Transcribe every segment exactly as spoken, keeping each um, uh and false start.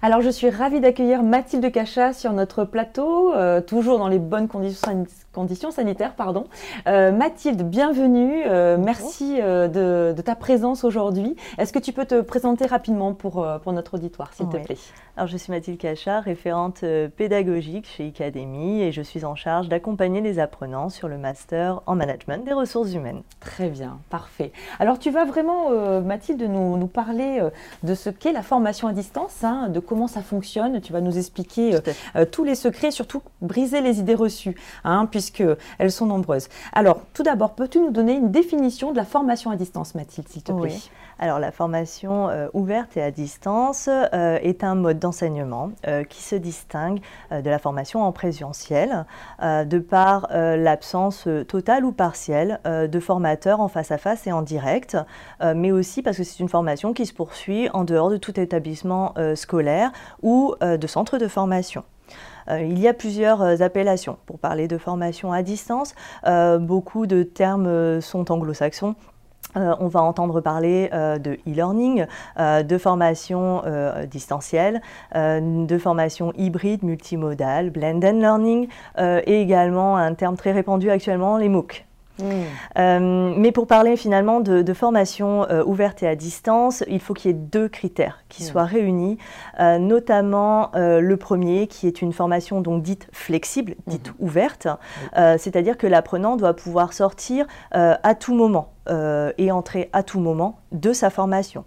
Alors, je suis ravie d'accueillir Mathilde Cachat sur notre plateau, euh, toujours dans les bonnes conditions, san conditions sanitaires. Pardon. Euh, Mathilde, bienvenue. Euh, merci euh, de, de ta présence aujourd'hui. Est-ce que tu peux te présenter rapidement pour, euh, pour notre auditoire, s'il te Oui. plaît? Alors, je suis Mathilde Cachat, référente pédagogique chez Icademy et je suis en charge d'accompagner les apprenants sur le master en management des ressources humaines. Très bien, parfait. Alors, tu vas vraiment, euh, Mathilde, nous, nous parler euh, de ce qu'est la formation à distance, hein, de comment ça fonctionne. Tu vas nous expliquer euh, euh, tous les secrets, surtout briser les idées reçues, hein, puisqu'elles sont nombreuses. Alors, tout d'abord, peux-tu nous donner une définition de la formation à distance, Mathilde, s'il te plaît? Oui. Alors, la formation euh, ouverte et à distance euh, est un mode d'enseignement euh, qui se distingue euh, de la formation en présentiel euh, de par euh, l'absence totale ou partielle euh, de formateurs en face à face et en direct, euh, mais aussi parce que c'est une formation qui se poursuit en dehors de tout établissement euh, scolaire ou euh, de centre de formation. Euh, il y a plusieurs euh, appellations pour parler de formation à distance. Euh, beaucoup de termes euh, sont anglo-saxons. Euh, on va entendre parler euh, de e-learning, euh, de formation euh, distancielle, euh, de formation hybride, multimodale, blended learning euh, et également un terme très répandu actuellement, les MOOC. Mmh. Euh, mais pour parler finalement de, de formation euh, ouverte et à distance, il faut qu'il y ait deux critères qui mmh. soient réunis, euh, notamment euh, le premier qui est une formation donc dite flexible, dite mmh. ouverte, mmh. euh, c'est-à-dire que l'apprenant doit pouvoir sortir euh, à tout moment. Euh, et entrer à tout moment de sa formation.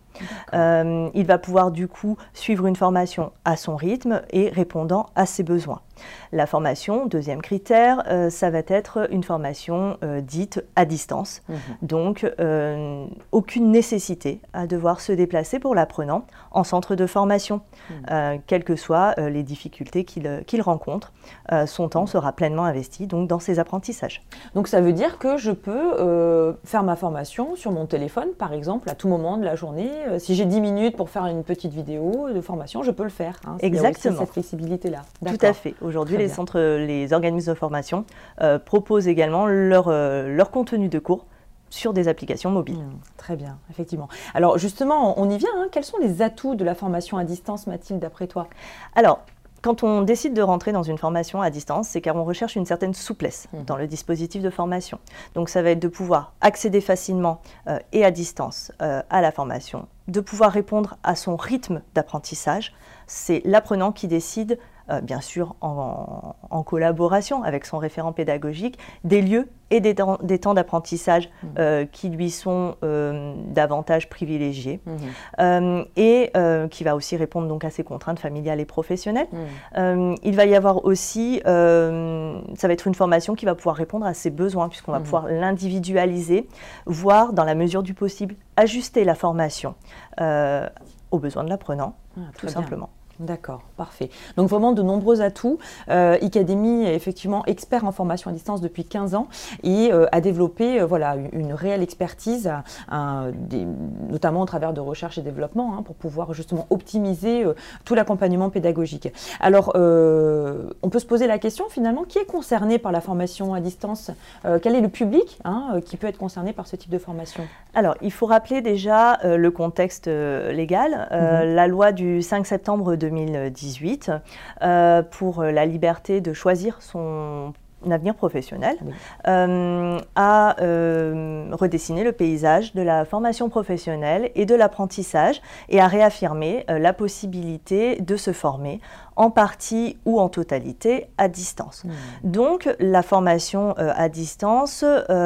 Euh, il va pouvoir du coup suivre une formation à son rythme et répondant à ses besoins. La formation, deuxième critère, euh, ça va être une formation euh, dite à distance. Mmh. Donc, euh, aucune nécessité à devoir se déplacer pour l'apprenant en centre de formation, mmh. euh, quelles que soient euh, les difficultés qu'il qu'il rencontre. Euh, son temps sera pleinement investi donc, dans ses apprentissages. Donc, ça veut dire que je peux euh, faire ma formation sur mon téléphone, par exemple, à tout moment de la journée. Euh, si j'ai dix minutes pour faire une petite vidéo de formation, je peux le faire. Hein, Exactement. Il y a aussi cette flexibilité-là. Tout à fait. Aujourd'hui, les centres, les organismes de formation euh, proposent également leur, euh, leur contenu de cours sur des applications mobiles. Mmh, très bien, effectivement. Alors justement, on y vient. Hein. Quels sont les atouts de la formation à distance, Mathilde, d'après toi? Alors, quand on décide de rentrer dans une formation à distance, c'est car on recherche une certaine souplesse mmh. dans le dispositif de formation. Donc ça va être de pouvoir accéder facilement euh, et à distance euh, à la formation, de pouvoir répondre à son rythme d'apprentissage. C'est l'apprenant qui décide, euh, bien sûr en, en collaboration avec son référent pédagogique, des lieux et des temps, des temps d'apprentissage mmh. euh, qui lui sont euh, davantage privilégiés mmh. euh, et euh, qui va aussi répondre donc à ses contraintes familiales et professionnelles. Mmh. Euh, il va y avoir aussi, euh, ça va être une formation qui va pouvoir répondre à ses besoins puisqu'on va mmh. pouvoir l'individualiser, voire dans la mesure du possible ajuster la formation euh, aux besoins de l'apprenant, ah, tout bien. simplement. D'accord, parfait. Donc vraiment de nombreux atouts. Euh, Icademy est effectivement expert en formation à distance depuis quinze ans et euh, a développé euh, voilà, une réelle expertise, un, des, notamment au travers de recherche et développement, hein, pour pouvoir justement optimiser euh, tout l'accompagnement pédagogique. Alors, euh, on peut se poser la question finalement, qui est concerné par la formation à distance? euh, Quel est le public hein, qui peut être concerné par ce type de formation? Alors, il faut rappeler déjà euh, le contexte euh, légal. Euh, mm-hmm. La loi du cinq septembre deux mille dix-huit euh, pour la liberté de choisir son avenir professionnel oui. euh, a euh, redessiné le paysage de la formation professionnelle et de l'apprentissage et a réaffirmé euh, la possibilité de se former en partie ou en totalité à distance. Mmh. Donc la formation euh, à distance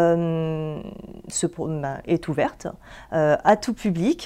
euh, se, ben, est ouverte euh, à tout public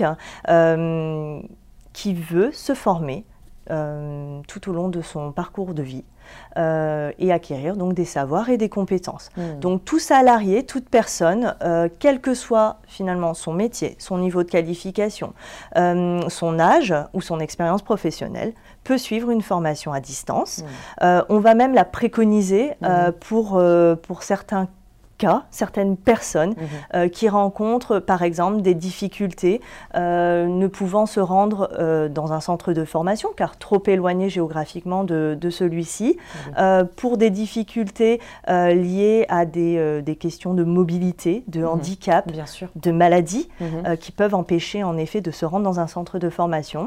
euh, qui veut se former Euh, tout au long de son parcours de vie euh, et acquérir donc des savoirs et des compétences. Mmh. Donc tout salarié, toute personne, euh, quel que soit finalement son métier, son niveau de qualification, euh, son âge ou son expérience professionnelle, peut suivre une formation à distance. Mmh. Euh, on va même la préconiser mmh. euh, pour, euh, pour certains cas, certaines personnes mmh. euh, qui rencontrent par exemple des difficultés euh, ne pouvant se rendre euh, dans un centre de formation car trop éloigné géographiquement de, de celui-ci, mmh. euh, pour des difficultés euh, liées à des, euh, des questions de mobilité, de mmh. handicap, Bien sûr. de maladie mmh. mmh. euh, qui peuvent empêcher en effet de se rendre dans un centre de formation.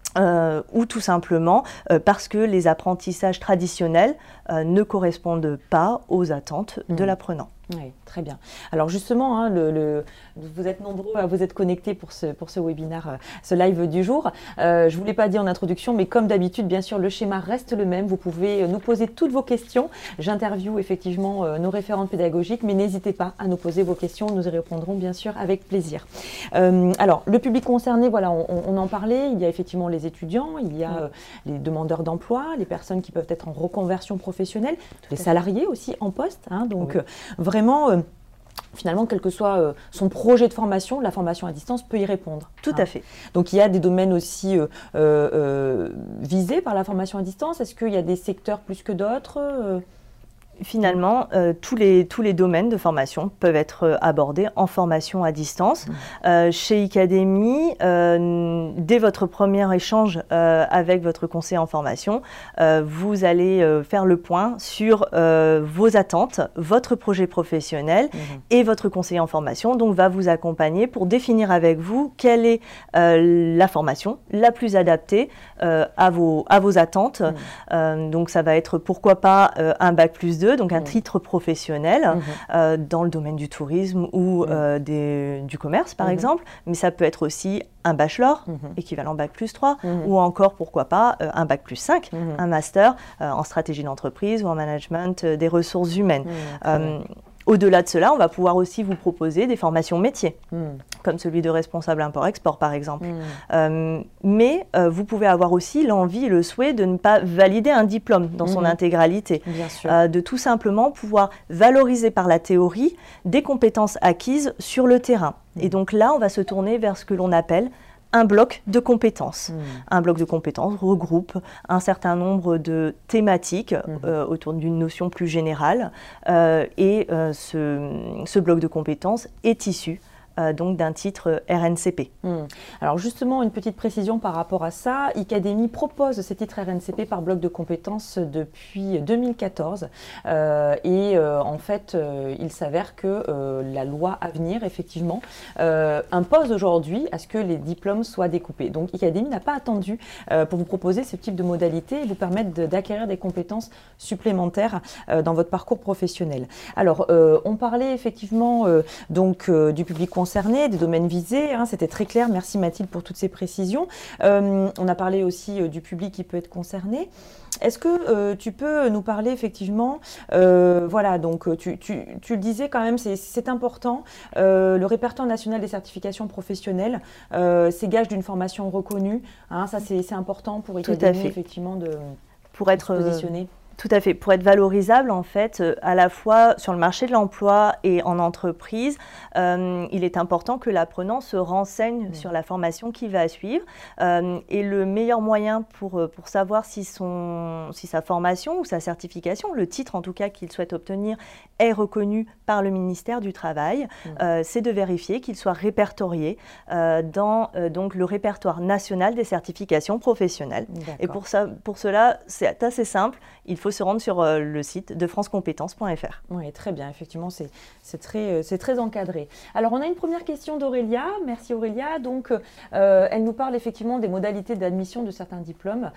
Euh, ou tout simplement euh, parce que les apprentissages traditionnels euh, ne correspondent pas aux attentes mmh. de l'apprenant. Oui, très bien. Alors justement, hein, le, le, vous êtes nombreux à vous être connectés pour ce, pour ce webinaire, ce live du jour. Euh, je ne vous l'ai pas dit en introduction, mais comme d'habitude, bien sûr, le schéma reste le même. Vous pouvez nous poser toutes vos questions. J'interviewe effectivement euh, nos référentes pédagogiques, mais n'hésitez pas à nous poser vos questions. Nous y répondrons bien sûr avec plaisir. Euh, alors, le public concerné, voilà, on, on en parlait. Il y a effectivement les étudiants, il y a euh, les demandeurs d'emploi, les personnes qui peuvent être en reconversion professionnelle, les salariés aussi en poste. Hein, donc, oui. euh, vraiment, Vraiment, euh, finalement, quel que soit euh, son projet de formation, la formation à distance peut y répondre. Tout hein. à fait. Donc, il y a des domaines aussi euh, euh, visés par la formation à distance. Est-ce qu'il y a des secteurs plus que d'autres euh Finalement, euh, tous, les, tous les domaines de formation peuvent être euh, abordés en formation à distance. Mmh. Euh, chez Icademy, euh, dès votre premier échange euh, avec votre conseiller en formation, euh, vous allez euh, faire le point sur euh, vos attentes, votre projet professionnel mmh. et votre conseiller en formation donc, va vous accompagner pour définir avec vous quelle est euh, la formation la plus adaptée euh, à, vos, à vos attentes. Mmh. Euh, donc ça va être pourquoi pas euh, un bac plus deux, donc un mmh. titre professionnel mmh. euh, dans le domaine du tourisme ou mmh. euh, des, du commerce par mmh. exemple, mais ça peut être aussi un bachelor, mmh. équivalent bac plus trois, mmh. ou encore pourquoi pas euh, un bac plus cinq, mmh. un master euh, en stratégie d'entreprise ou en management euh, des ressources humaines. Mmh. Euh, Au-delà de cela, on va pouvoir aussi vous proposer des formations métiers, mmh. comme celui de responsable import-export par exemple. Mmh. Euh, mais euh, vous pouvez avoir aussi l'envie et le souhait de ne pas valider un diplôme dans mmh. son intégralité. Bien sûr. Euh, de tout simplement pouvoir valoriser par la théorie des compétences acquises sur le terrain. Mmh. Et donc là, on va se tourner vers ce que l'on appelle un bloc de compétences. Mmh. Un bloc de compétences regroupe un certain nombre de thématiques mmh. euh, autour d'une notion plus générale euh, et euh, ce, ce bloc de compétences est issu Euh, donc d'un titre R N C P. Mmh. Alors justement, une petite précision par rapport à ça. Icademy propose ces titres R N C P par bloc de compétences depuis deux mille quatorze euh, et euh, en fait, euh, il s'avère que euh, la loi à venir, effectivement, euh, impose aujourd'hui à ce que les diplômes soient découpés. Donc Icademy n'a pas attendu euh, pour vous proposer ce type de modalité et vous permettre de, d'acquérir des compétences supplémentaires euh, dans votre parcours professionnel. Alors, euh, on parlait effectivement euh, donc euh, du public concernés, des domaines visés, hein, c'était très clair. Merci Mathilde pour toutes ces précisions. Euh, on a parlé aussi euh, du public qui peut être concerné. Est-ce que euh, tu peux nous parler effectivement, euh, voilà, donc tu, tu, tu le disais quand même, c'est, c'est important, euh, le répertoire national des certifications professionnelles, euh, c'est gage d'une formation reconnue, hein, ça c'est, c'est important pour Icademy effectivement de, pour être, de se positionner. Tout à fait. Pour être valorisable, en fait, euh, à la fois sur le marché de l'emploi et en entreprise, euh, il est important que l'apprenant se renseigne mmh. sur la formation qu'il va suivre. Euh, et le meilleur moyen pour, pour savoir si, son, si sa formation ou sa certification, le titre en tout cas qu'il souhaite obtenir, est reconnu par le ministère du Travail, mmh. euh, c'est de vérifier qu'il soit répertorié euh, dans euh, donc, le répertoire national des certifications professionnelles. D'accord. Et pour, ça, pour cela, c'est assez simple. Il faut se rendre sur euh, le site de france compétences point f r. Oui, très bien. Effectivement, c'est, c'est, très, c'est très encadré. Alors, on a une première question d'Aurélia. Merci Aurélia. Donc, euh, elle nous parle effectivement des modalités d'admission de certains diplômes.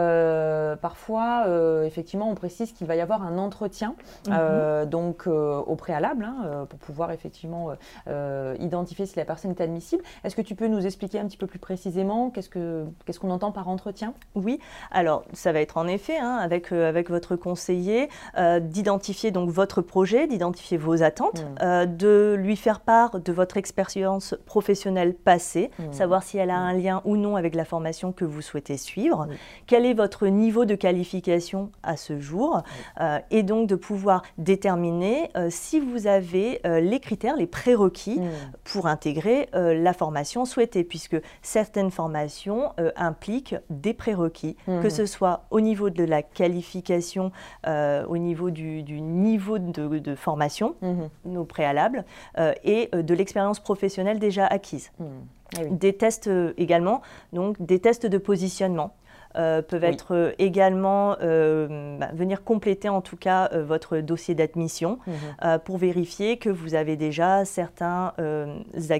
Euh, parfois, euh, effectivement, on précise qu'il va y avoir un entretien mm-hmm. euh, donc, euh, au préalable hein, pour pouvoir effectivement euh, identifier si la personne est admissible. Est-ce que tu peux nous expliquer un petit peu plus précisément qu'est-ce, que, qu'est-ce qu'on entend par entretien ? Oui. Alors, ça va être en effet hein, avec, euh, avec votre conseiller, euh, d'identifier donc votre projet, d'identifier vos attentes, mmh. euh, de lui faire part de votre expérience professionnelle passée, mmh. savoir si elle a mmh. un lien ou non avec la formation que vous souhaitez suivre, mmh. quel est votre niveau de qualification à ce jour, mmh. euh, et donc de pouvoir déterminer euh, si vous avez euh, les critères, les prérequis mmh. pour intégrer euh, la formation souhaitée, puisque certaines formations euh, impliquent des prérequis, mmh. que ce soit au niveau de la qualification, euh, au niveau du, du niveau de, de formation, mmh. nos préalables, euh, et de l'expérience professionnelle déjà acquise. Mmh. Ah oui. Des tests euh, également, donc des tests de positionnement. Euh, peuvent oui. être euh, également euh, bah, venir compléter en tout cas euh, votre dossier d'admission mmh. euh, pour vérifier que vous avez déjà certains euh, acquis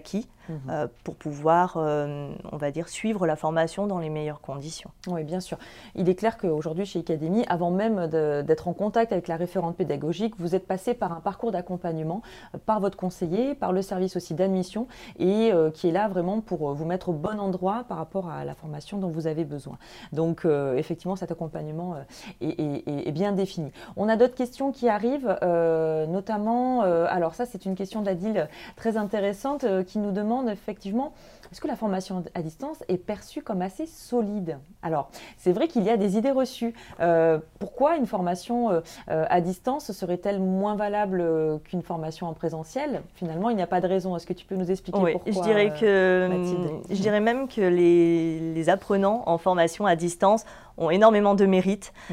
mmh. euh, pour pouvoir, euh, on va dire, suivre la formation dans les meilleures conditions. Oui, bien sûr. Il est clair qu'aujourd'hui, chez Icademy, avant même d'être en contact avec la référente pédagogique, vous êtes passé par un parcours d'accompagnement euh, par votre conseiller, par le service aussi d'admission, et euh, qui est là vraiment pour vous mettre au bon endroit par rapport à la formation dont vous avez besoin. Donc, euh, effectivement, cet accompagnement euh, est, est, est bien défini. On a d'autres questions qui arrivent, euh, notamment, euh, alors ça, c'est une question d'Adil très intéressante euh, qui nous demande effectivement, est-ce que la formation à distance est perçue comme assez solide? Alors, c'est vrai qu'il y a des idées reçues. Euh, pourquoi une formation euh, à distance serait-elle moins valable euh, qu'une formation en présentiel? Finalement, il n'y a pas de raison. Est-ce que tu peux nous expliquer oui, pourquoi, je dirais que, euh, je dirais même que les, les apprenants en formation à distance ont énormément de mérite mmh.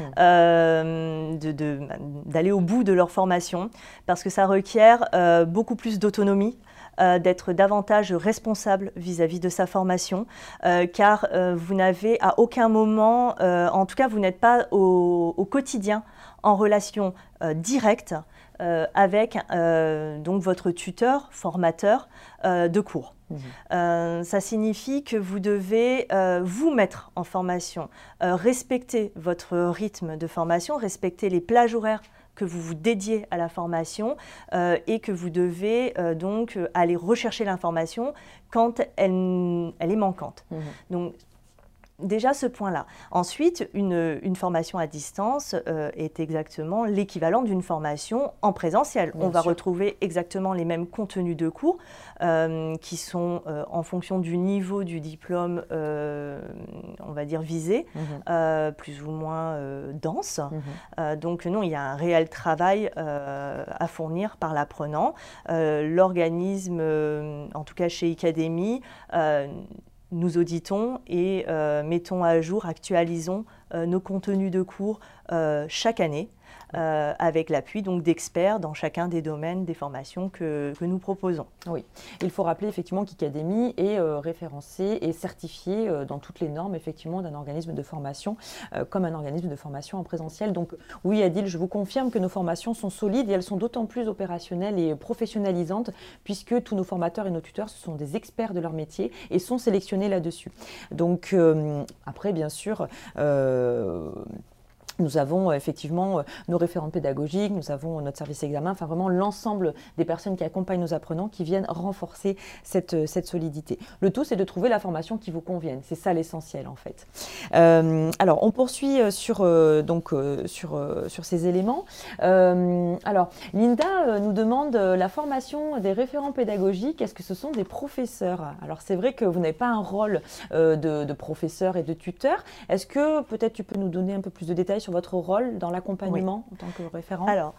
euh, de, de, d'aller au bout de leur formation parce que ça requiert euh, beaucoup plus d'autonomie, Euh, d'être davantage responsable vis-à-vis de sa formation, euh, car euh, vous n'avez à aucun moment, euh, en tout cas vous n'êtes pas au, au quotidien en relation euh, directe euh, avec euh, donc votre tuteur, formateur euh, de cours. Mmh. Euh, ça signifie que vous devez euh, vous mettre en formation, euh, respecter votre rythme de formation, respecter les plages horaires que vous vous dédiez à la formation euh, et que vous devez euh, donc aller rechercher l'information quand elle, elle est manquante. Mmh. Donc, déjà ce point-là. Ensuite, une, une formation à distance euh, est exactement l'équivalent d'une formation en présentiel. Bien On va sûr. retrouver exactement les mêmes contenus de cours euh, qui sont euh, en fonction du niveau du diplôme, euh, on va dire visé, mmh. euh, plus ou moins euh, dense. Mmh. Euh, donc non, il y a un réel travail euh, à fournir par l'apprenant. Euh, l'organisme, euh, en tout cas chez Icademy, euh, nous auditons et euh, mettons à jour, actualisons euh, nos contenus de cours euh, chaque année euh, avec l'appui donc d'experts dans chacun des domaines des formations que, que nous proposons. Oui, il faut rappeler effectivement qu'Icademy est euh, référencé et certifié euh, dans toutes les normes effectivement d'un organisme de formation euh, comme un organisme de formation en présentiel. Donc oui Adil, je vous confirme que nos formations sont solides et elles sont d'autant plus opérationnelles et professionnalisantes puisque tous nos formateurs et nos tuteurs ce sont des experts de leur métier et sont sélectionnés là-dessus. Donc euh, après bien sûr euh, nous avons effectivement nos référents pédagogiques, nous avons notre service examen, enfin vraiment l'ensemble des personnes qui accompagnent nos apprenants qui viennent renforcer cette, cette solidité. Le tout, c'est de trouver la formation qui vous convienne. C'est ça l'essentiel en fait. Euh, alors, on poursuit sur, euh, donc, euh, sur, euh, sur ces éléments. Euh, alors, Linda nous demande la formation des référents pédagogiques. Est-ce que ce sont des professeurs? Alors, c'est vrai que vous n'avez pas un rôle euh, de, de professeur et de tuteur. Est-ce que peut-être tu peux nous donner un peu plus de détails sur votre rôle dans l'accompagnement oui. en tant que référent? Alors,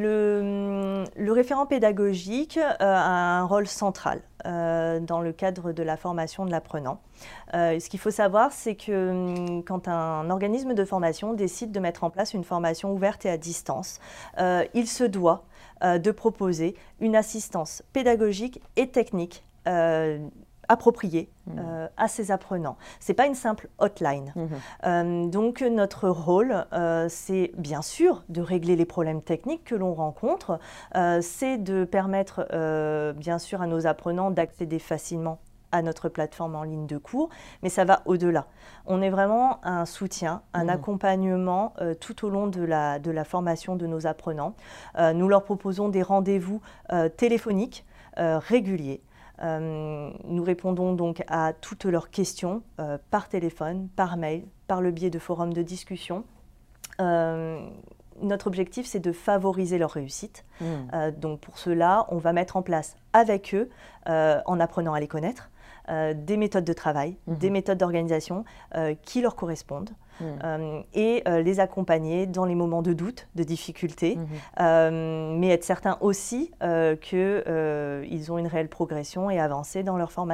le, le référent pédagogique euh, a un rôle central euh, dans le cadre de la formation de l'apprenant. Euh, ce qu'il faut savoir, c'est que quand un organisme de formation décide de mettre en place une formation ouverte et à distance, euh, il se doit euh, de proposer une assistance pédagogique et technique euh, appropriée mmh. euh, à ses apprenants. Ce n'est pas une simple hotline. Mmh. Euh, donc notre rôle, euh, c'est bien sûr de régler les problèmes techniques que l'on rencontre, euh, c'est de permettre euh, bien sûr à nos apprenants d'accéder facilement à notre plateforme en ligne de cours, mais ça va au-delà. On est vraiment un soutien, un mmh. accompagnement euh, tout au long de la, de la formation de nos apprenants. Euh, nous leur proposons des rendez-vous euh, téléphoniques euh, réguliers. Euh, nous répondons donc à toutes leurs questions euh, par téléphone, par mail, par le biais de forums de discussion. Euh, notre objectif, c'est de favoriser leur réussite. Mmh. Euh, donc pour cela, on va mettre en place avec eux, euh, en apprenant à les connaître, euh, des méthodes de travail, mmh. des méthodes d'organisation euh, qui leur correspondent. Mmh. Euh, et euh, les accompagner dans les moments de doute, de difficulté, mmh. euh, mais être certain aussi euh, qu'ils euh, ont une réelle progression et avancée dans leur formation.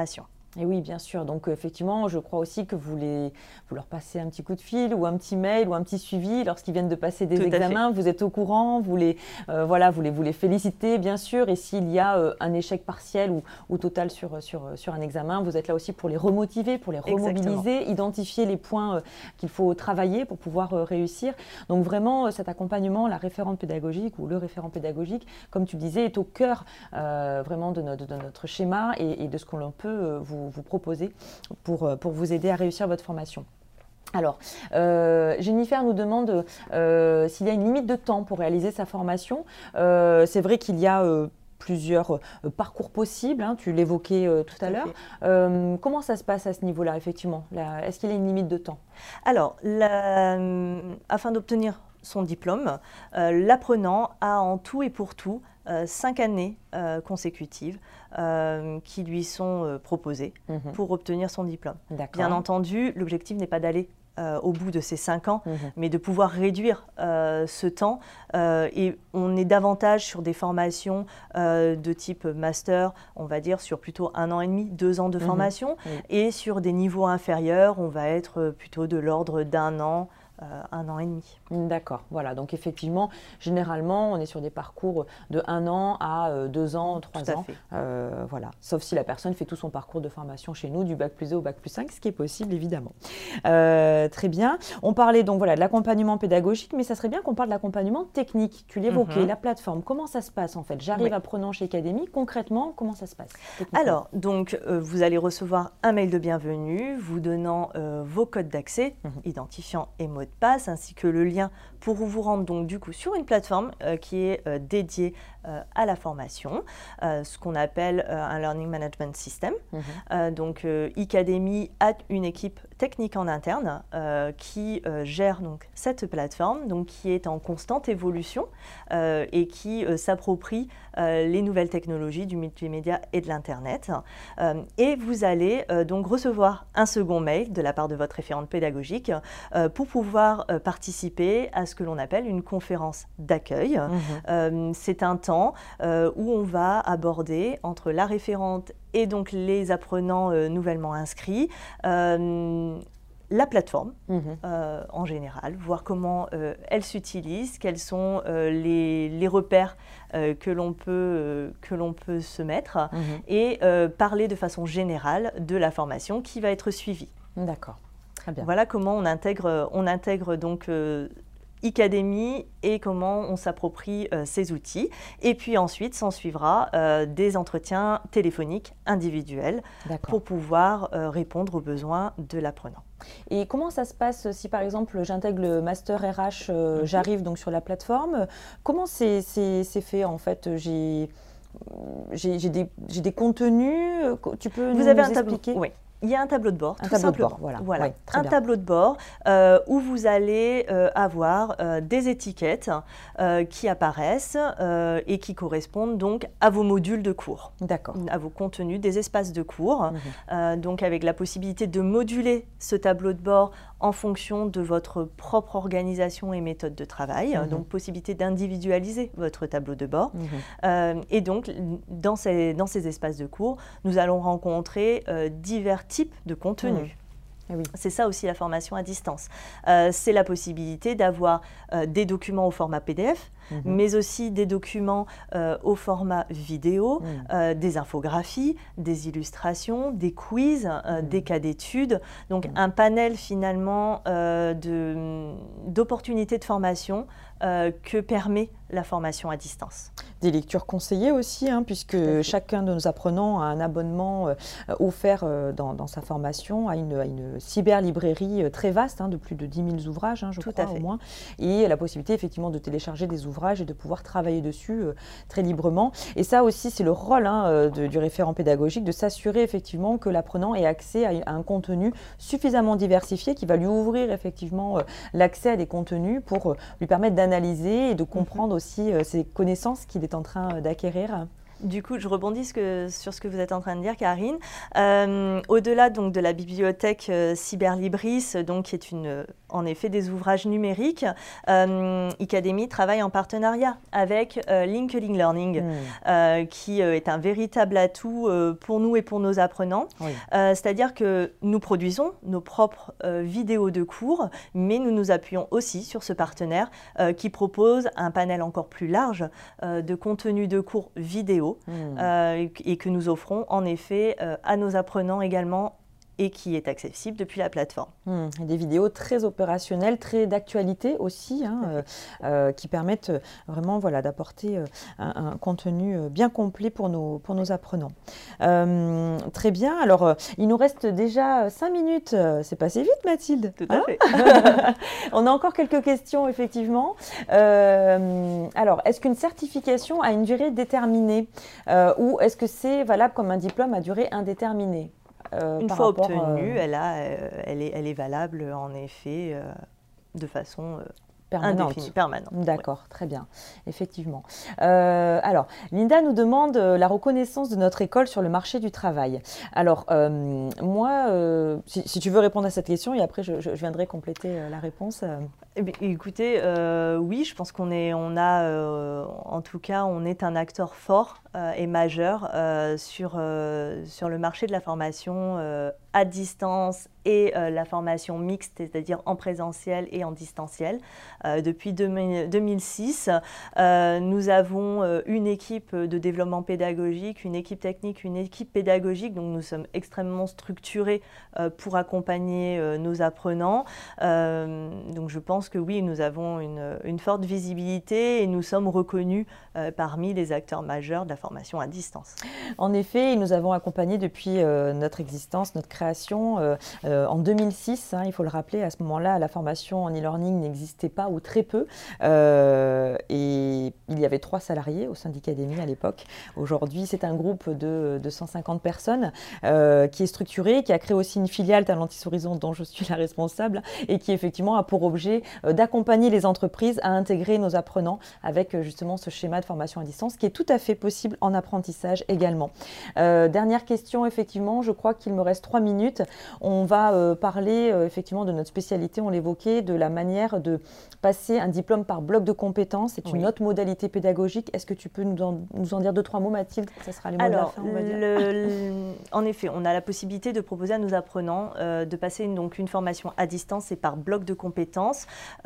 Et oui, bien sûr. Donc, effectivement, je crois aussi que vous, les, vous leur passez un petit coup de fil ou un petit mail ou un petit suivi lorsqu'ils viennent de passer des Tout examens. Vous êtes au courant, vous les, euh, voilà, vous les, vous les félicitez, bien sûr. Et s'il y a euh, un échec partiel ou, ou total sur, sur, sur un examen, vous êtes là aussi pour les remotiver, pour les remobiliser, Exactement. identifier les points euh, qu'il faut travailler pour pouvoir euh, réussir. Donc, vraiment, euh, cet accompagnement, la référente pédagogique ou le référent pédagogique, comme tu disais, est au cœur euh, vraiment de notre, de notre schéma et, et de ce qu'on peut euh, vous vous proposer pour, pour vous aider à réussir votre formation. Alors, euh, Jennifer nous demande euh, s'il y a une limite de temps pour réaliser sa formation. Euh, c'est vrai qu'il y a euh, plusieurs euh, parcours possibles, hein, tu l'évoquais euh, tout, tout à, à l'heure. Euh, comment ça se passe à ce niveau-là, effectivement? Est-ce qu'il y a une limite de temps? Alors, la, afin d'obtenir son diplôme, euh, l'apprenant a en tout et pour tout euh, cinq années euh, consécutives euh, qui lui sont euh, proposées mmh. pour obtenir son diplôme. Bien entendu, l'objectif n'est pas d'aller euh, au bout de ces cinq ans, mmh. mais de pouvoir réduire euh, ce temps. Euh, et on est davantage sur des formations euh, de type master, on va dire sur plutôt un an et demi, deux ans de mmh. formation. Mmh. Et sur des niveaux inférieurs, on va être plutôt de l'ordre d'un an, Euh, un an et demi. D'accord, voilà. Donc effectivement, généralement, on est sur des parcours de un an à euh, deux ans, trois ans. Euh, voilà. Sauf si la personne fait tout son parcours de formation chez nous, du bac plus deux au bac plus cinq, ce qui est possible, évidemment. Euh, très bien. On parlait donc voilà, de l'accompagnement pédagogique, mais ça serait bien qu'on parle de l'accompagnement technique. Tu l'évoquais, mm-hmm. la plateforme. Comment ça se passe en fait? J'arrive oui. apprenant chez Academy. Concrètement, comment ça se passe? Alors, donc, euh, vous allez recevoir un mail de bienvenue vous donnant euh, vos codes d'accès, mm-hmm. identifiant et mot de passe, ainsi que le lien pour vous rendre donc du coup sur une plateforme euh, qui est euh, dédiée euh, à la formation, euh, ce qu'on appelle euh, un Learning Management System. Mm-hmm. euh, donc euh, Icademy a une équipe technique en interne euh, qui euh, gère donc cette plateforme, donc qui est en constante évolution euh, et qui euh, s'approprie euh, les nouvelles technologies du multimédia et de l'internet. Euh, et vous allez euh, donc recevoir un second mail de la part de votre référente pédagogique euh, pour pouvoir euh, participer à ce que l'on appelle une conférence d'accueil. Mmh. Euh, c'est un temps euh, où on va aborder entre la référente et donc les apprenants euh, nouvellement inscrits euh, la plateforme mmh. euh, en général, voir comment euh, elle s'utilise, quels sont euh, les, les repères euh, que l'on peut, euh, que l'on peut se mettre mmh. et euh, parler de façon générale de la formation qui va être suivie. D'accord, très bien. Voilà comment on intègre, on intègre donc euh, Icademy et comment on s'approprie euh, ces outils. Et puis ensuite, s'en suivra euh, des entretiens téléphoniques individuels pour pouvoir euh, répondre aux besoins de l'apprenant. Et comment ça se passe si par exemple j'intègre le master R H, euh, mm-hmm. j'arrive donc sur la plateforme, comment c'est fait en fait? J'ai des, des contenus, tu peux Vous nous, avez nous un tableau, expliquer? Oui. Il y a un tableau de bord, un tout tableau simplement. De bord, voilà. Voilà. Oui, un bien. tableau de bord euh, où vous allez euh, avoir euh, des étiquettes euh, qui apparaissent euh, et qui correspondent donc à vos modules de cours, à vos contenus, des espaces de cours. Mmh. Euh, donc avec la possibilité de moduler ce tableau de bord en fonction de votre propre organisation et méthode de travail. Mmh. Donc possibilité d'individualiser votre tableau de bord. Mmh. Euh, et donc dans ces, dans ces espaces de cours, nous allons rencontrer euh, divers types de contenu. Mmh. Oui. C'est ça aussi la formation à distance. Euh, c'est la possibilité d'avoir euh, des documents au format P D F, mmh. mais aussi des documents euh, au format vidéo, mmh. euh, des infographies, des illustrations, des quiz, euh, mmh. des cas d'études. Donc mmh. un panel finalement euh, d'opportunités de, de formation euh, que permet la formation à distance. Des lectures conseillées aussi, hein, puisque chacun de nos apprenants a un abonnement euh, offert euh, dans, dans sa formation à une, à une cyberlibrairie euh, très vaste, hein, de plus de dix mille ouvrages, hein, je Tout crois, à fait. au moins, et la possibilité effectivement de télécharger des ouvrages et de pouvoir travailler dessus euh, très librement. Et ça aussi, c'est le rôle hein, de, du référent pédagogique, de s'assurer effectivement que l'apprenant ait accès à, à un contenu suffisamment diversifié qui va lui ouvrir effectivement euh, l'accès à des contenus pour euh, lui permettre d'analyser et de comprendre mm-hmm. aussi euh, ces connaissances qu'il est en train d'acquérir. Du coup, je rebondis ce que, sur ce que vous êtes en train de dire, Karine. Euh, Au-delà donc de la bibliothèque euh, Cyberlibris, donc qui est une, euh, en effet des ouvrages numériques, euh, Icademy travaille en partenariat avec euh, LinkedIn Learning, mmh. euh, qui euh, est un véritable atout euh, pour nous et pour nos apprenants. Oui. Euh, C'est-à-dire que nous produisons nos propres euh, vidéos de cours, mais nous nous appuyons aussi sur ce partenaire euh, qui propose un panel encore plus large euh, de contenu de cours vidéo mmh. euh, et que nous offrons en effet euh, à nos apprenants également et qui est accessible depuis la plateforme. Mmh, et des vidéos très opérationnelles, très d'actualité aussi, hein, euh, euh, qui permettent vraiment voilà, d'apporter euh, un, un contenu bien complet pour nos, pour nos apprenants. Euh, très bien, alors euh, il nous reste déjà cinq minutes, c'est passé vite Mathilde. Tout à hein fait. On a encore quelques questions effectivement. Euh, alors, est-ce qu'une certification a une durée déterminée euh, ou est-ce que c'est valable comme un diplôme à durée indéterminée? Euh, Une fois rapport, obtenue, euh... elle, a, euh, elle, est, elle est valable en effet euh, de façon euh, permanente. Indéfinie, permanente. D'accord, ouais. Très bien, effectivement. Euh, alors, Linda nous demande euh, la reconnaissance de notre école sur le marché du travail. Alors, euh, moi, euh, si, si tu veux répondre à cette question, et après je, je viendrai compléter euh, la réponse. Euh. Eh bien, écoutez, euh, oui, je pense qu'on est, on a, euh, en tout cas, on est un acteur fort euh, et majeur euh, sur, euh, sur le marché de la formation euh, à distance et euh, la formation mixte, c'est-à-dire en présentiel et en distanciel. Euh, depuis deux mille six, euh, nous avons euh, une équipe de développement pédagogique, une équipe technique, une équipe pédagogique, donc nous sommes extrêmement structurés euh, pour accompagner euh, nos apprenants. Euh, donc je pense que oui, nous avons une, une forte visibilité et nous sommes reconnus euh, parmi les acteurs majeurs de la formation à distance. En effet, nous avons accompagné depuis euh, notre existence, notre création euh, euh, en deux mille six, hein, il faut le rappeler, à ce moment-là, la formation en e-learning n'existait pas ou très peu euh, et il y avait trois salariés au sein d'Icademy à l'époque. Aujourd'hui, c'est un groupe de, de cent cinquante personnes euh, qui est structuré, qui a créé aussi une filiale Talentis Horizon dont je suis la responsable et qui effectivement a pour objet euh, d'accompagner les entreprises à intégrer nos apprenants avec euh, justement ce schéma de formation à distance qui est tout à fait possible en apprentissage également. Euh, dernière question, effectivement, je crois qu'il me reste trois minutes. On va euh, parler euh, effectivement de notre spécialité, on l'évoquait, de la manière de passer un diplôme par bloc de compétences. C'est une oui. autre modalité pédagogique. Est-ce que tu peux nous en, nous en dire deux, trois mots, Mathilde? Ça sera les mots Alors, de la fin, on va dire. Le, le, en effet, on a la possibilité de proposer à nos apprenants euh, de passer une, donc, une formation à distance et par bloc de compétences.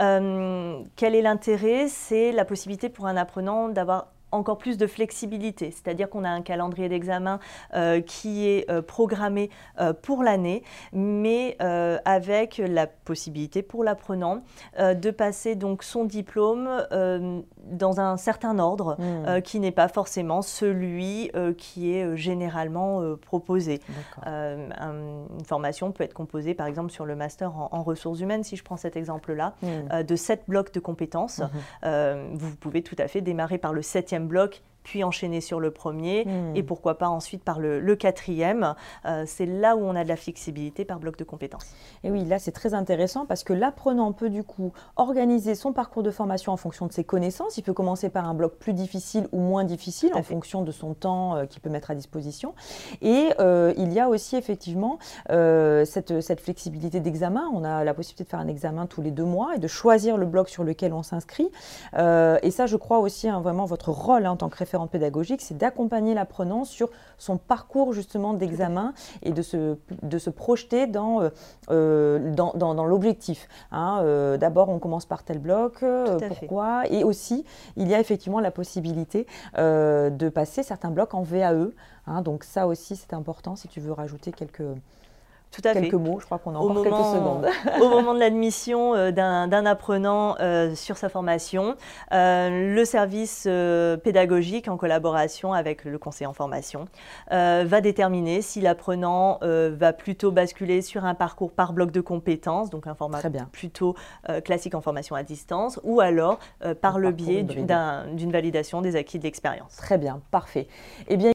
Euh, quel est l'intérêt? C'est la possibilité pour un apprenant d'avoir encore plus de flexibilité, c'est-à-dire qu'on a un calendrier d'examen euh, qui est euh, programmé euh, pour l'année, mais euh, avec la possibilité pour l'apprenant euh, de passer donc son diplôme euh, dans un certain ordre mmh. euh, qui n'est pas forcément celui euh, qui est généralement euh, proposé. Euh, un, une formation peut être composée par exemple sur le master en, en ressources humaines, si je prends cet exemple-là, mmh. euh, de sept blocs de compétences. Mmh. Euh, vous pouvez tout à fait démarrer par le septième bloc, puis enchaîner sur le premier, mmh. et pourquoi pas ensuite par le, le quatrième. Euh, c'est là où on a de la flexibilité par bloc de compétences. Et oui, là c'est très intéressant parce que l'apprenant peut du coup organiser son parcours de formation en fonction de ses connaissances. Il peut commencer par un bloc plus difficile ou moins difficile en fonction de son temps euh, qu'il peut mettre à disposition. Et euh, il y a aussi effectivement euh, cette, cette flexibilité d'examen. On a la possibilité de faire un examen tous les deux mois et de choisir le bloc sur lequel on s'inscrit. Euh, et ça, je crois aussi, hein, vraiment votre rôle hein, en tant que référent pédagogique, c'est d'accompagner l'apprenant sur son parcours justement d'examen et de se, de se projeter dans, euh, dans, dans, dans l'objectif. Hein. Euh, d'abord, on commence par tel bloc, euh, pourquoi? Fait. Et aussi, il y a effectivement la possibilité euh, de passer certains blocs en V A E. Hein. Donc ça aussi, c'est important si tu veux rajouter quelques... Tout à quelques fait. mots, je crois qu'on a encore moment, quelques secondes. Au moment de l'admission euh, d'un apprenant euh, sur sa formation, euh, le service euh, pédagogique, en collaboration avec le conseiller en formation, euh, va déterminer si l'apprenant euh, va plutôt basculer sur un parcours par bloc de compétences, donc un format plutôt euh, classique en formation à distance, ou alors euh, par un le biais d'une validation des acquis de l'expérience. Très bien, parfait. Eh bien,